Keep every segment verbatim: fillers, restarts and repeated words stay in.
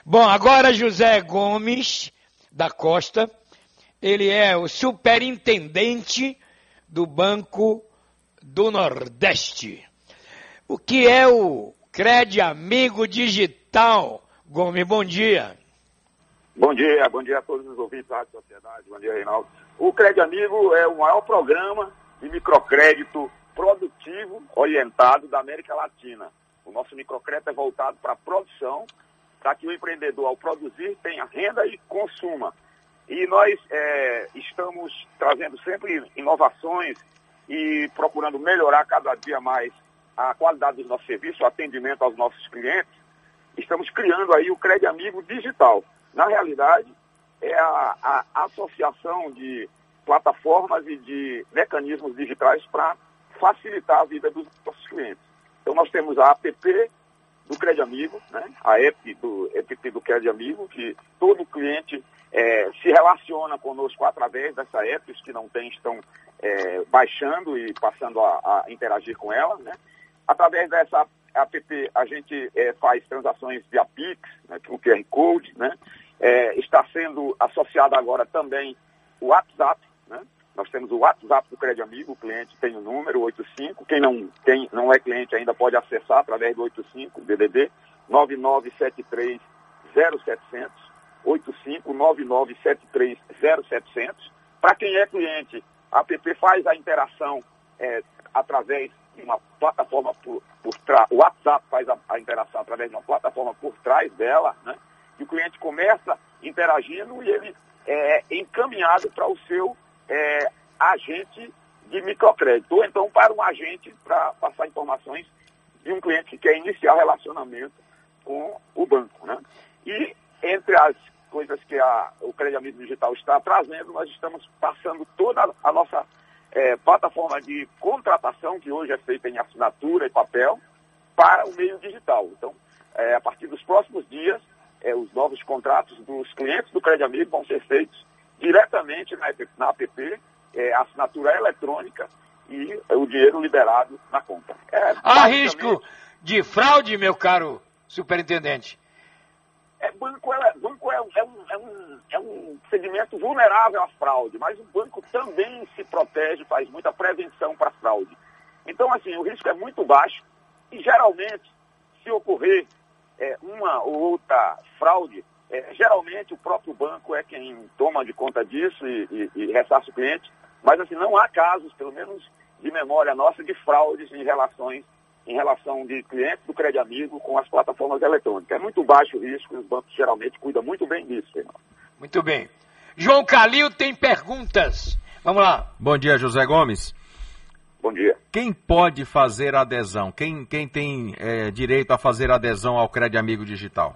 Bom, agora José Gomes da Costa, ele é o superintendente do Banco do Nordeste. O que é o Cred Amigo Digital? Gomes, bom dia. Bom dia, bom dia a todos os ouvintes da Rádio Sociedade, bom dia, Reinaldo. O Cred Amigo é o maior programa de microcrédito produtivo orientado da América Latina. O nosso microcrédito é voltado para a produção, para que o empreendedor, ao produzir, tenha renda e consuma. E nós é, estamos trazendo sempre inovações e procurando melhorar cada dia mais a qualidade do nosso serviço, o atendimento aos nossos clientes. Estamos criando aí o Cred Amigo Digital. Na realidade, é a, a associação de plataformas e de mecanismos digitais para facilitar a vida dos nossos clientes. Então, nós temos a app do Cred Amigo, né? A app do, app do Cred Amigo, que todo cliente é, se relaciona conosco através dessa app. Os que não têm estão é, baixando e passando a, a interagir com ela, né? Através dessa app, a gente é, faz transações via Pix, né, com Q R Code, né? É, está sendo associado agora também o WhatsApp, né? Nós temos o WhatsApp do Cred Amigo, o cliente tem o número oitenta e cinco, quem não, quem não é cliente ainda pode acessar através do oitenta e cinco, D D D, nove nove sete três zero sete zero zero, oitenta e cinco, nove nove sete três zero sete zero zero. Para quem é cliente, a app faz a interação é, através de uma plataforma por, por trás, o WhatsApp faz a, a interação através de uma plataforma por trás dela, né? E o cliente começa interagindo e ele é encaminhado para o seu É, agente de microcrédito, ou então para um agente para passar informações de um cliente que quer iniciar relacionamento com o banco, né? E entre as coisas que a, o Cred Amigo Digital está trazendo, nós estamos passando toda a nossa é, plataforma de contratação, que hoje é feita em assinatura e papel, para o meio digital. Então, é, a partir dos próximos dias, é, os novos contratos dos clientes do Cred Amigo vão ser feitos diretamente na, na app, é, assinatura eletrônica e é, o dinheiro liberado na conta. É, Há risco de fraude, meu caro superintendente? É, banco é, banco é, é, um, é, um, é um segmento vulnerável à fraude, mas o banco também se protege, faz muita prevenção para fraude. Então, assim, o risco é muito baixo e, geralmente, se ocorrer é, uma ou outra fraude, É, geralmente o próprio banco é quem toma de conta disso e, e, e ressarce o cliente, mas assim, não há casos, pelo menos de memória nossa, de fraudes em, relações, em relação de clientes do Cred Amigo com as plataformas eletrônicas. É muito baixo o risco e os bancos geralmente cuidam muito bem disso, Fernando. Muito bem. João Calil tem perguntas. Vamos lá. Bom dia, José Gomes. Bom dia. Quem pode fazer adesão? Quem, quem tem é, direito a fazer adesão ao Cred Amigo Digital?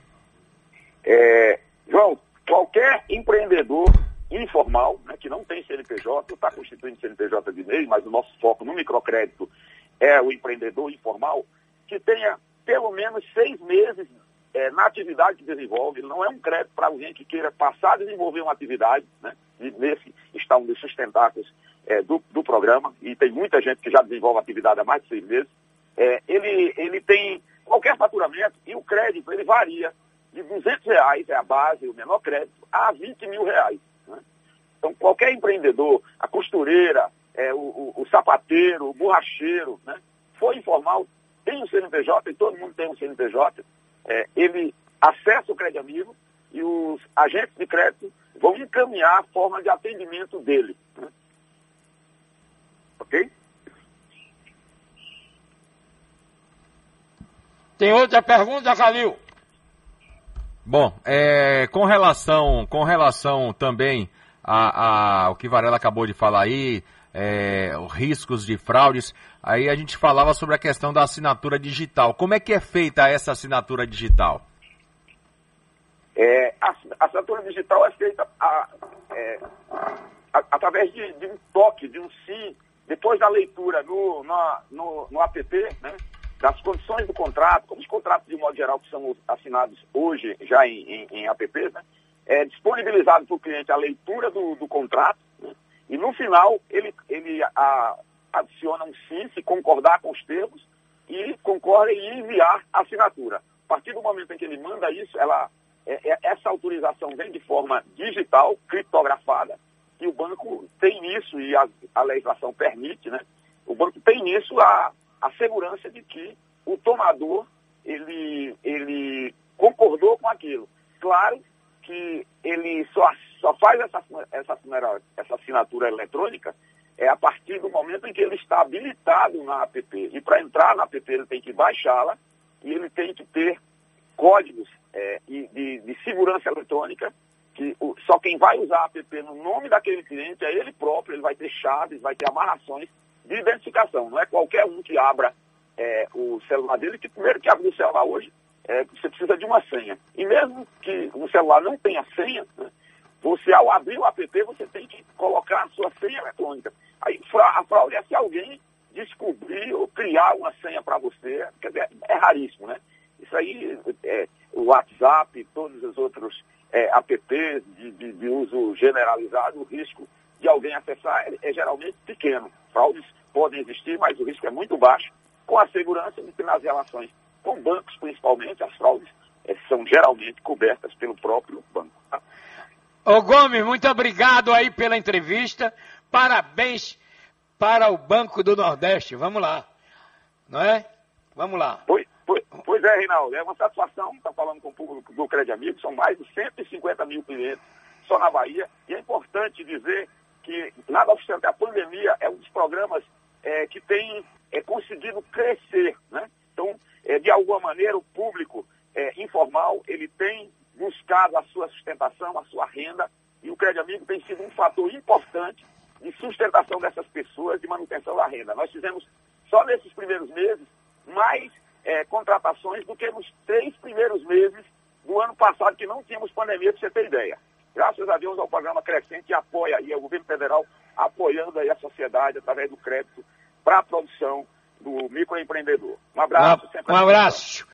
É, João, qualquer empreendedor informal, né, que não tem C N P J, está constituindo C N P J de M E I, mas o nosso foco no microcrédito é o empreendedor informal, que tenha pelo menos seis meses é, na atividade que desenvolve. Ele não é um crédito para alguém que queira passar a desenvolver uma atividade, né, e nesse está um dos sustentáculos é, do, do programa, e tem muita gente que já desenvolve atividade há mais de seis meses. É, ele, ele tem qualquer faturamento e o crédito ele varia de duzentos reais, é a base, o menor crédito, a vinte mil reais. Né? Então, qualquer empreendedor, a costureira, é, o, o, o sapateiro, o borracheiro, né? For informal, tem um C N P J, e todo mundo tem um C N P J, é, ele acessa o Cred Amigo e os agentes de crédito vão encaminhar a forma de atendimento dele. Né? Ok? Tem outra pergunta, Calil? Bom, é, com relação, com relação também a, a o que Varela acabou de falar aí, é, os riscos de fraudes, aí a gente falava sobre a questão da assinatura digital. Como é que é feita essa assinatura digital? É, a, a assinatura digital é feita a, é, a, através de, de um toque, de um sim, depois da leitura no, no, no, no app, né? Das condições do contrato, como os contratos de modo geral que são assinados hoje já em, em, em apps, né? É disponibilizado para o cliente a leitura do, do contrato, né? E no final ele, ele a, adiciona um sim, se concordar com os termos, e concorda em enviar a assinatura. A partir do momento em que ele manda isso, ela é, é, essa autorização vem de forma digital, criptografada, e o banco tem nisso, e a, a legislação permite, né? O banco tem nisso a, a segurança de que o tomador, ele, ele concordou com aquilo. Claro que ele só, só faz essa, essa, essa assinatura eletrônica é a partir do momento em que ele está habilitado na app. E para entrar na app ele tem que baixá-la e ele tem que ter códigos é, de, de segurança eletrônica, que o, só quem vai usar a app no nome daquele cliente é ele próprio, ele vai ter chaves, vai ter amarrações de identificação. Não é qualquer um que abra é, o celular dele, que primeiro que abre o celular hoje, é, você precisa de uma senha. E mesmo que o celular não tenha senha, né, você ao abrir o app, você tem que colocar a sua senha eletrônica. Aí a fraude é se alguém descobrir ou criar uma senha para você, quer dizer, é raríssimo, né? Isso aí, é, o WhatsApp, todos os outros é, apps de, de, de uso generalizado, o risco de alguém acessar é, é geralmente pequeno. Fraudes podem existir, mas o risco é muito baixo, com a segurança de que nas relações com bancos, principalmente, as fraudes é, são geralmente cobertas pelo próprio banco. Tá? Ô Gomes, muito obrigado aí pela entrevista. Parabéns para o Banco do Nordeste. Vamos lá. Não é? Vamos lá. Pois, pois, pois é, Reinaldo. É uma satisfação estar falando com o público do Crédito Amigo. São mais de cento e cinquenta mil clientes só na Bahia. E é importante dizer que, nada obstante a pandemia, é um dos programas é, que tem é, conseguido crescer, né? Então, é, de alguma maneira, o público é, informal, ele tem buscado a sua sustentação, a sua renda, e o Crédito Amigo tem sido um fator importante de sustentação dessas pessoas, de manutenção da renda. Nós fizemos, só nesses primeiros meses, mais é, contratações do que nos três primeiros meses do ano passado, que não tínhamos pandemia, para você ter ideia. Graças a Deus ao programa Crescente, que apoia aí, o governo federal apoiando aí a sociedade através do crédito para a produção do microempreendedor. Um abraço. Um, um abraço.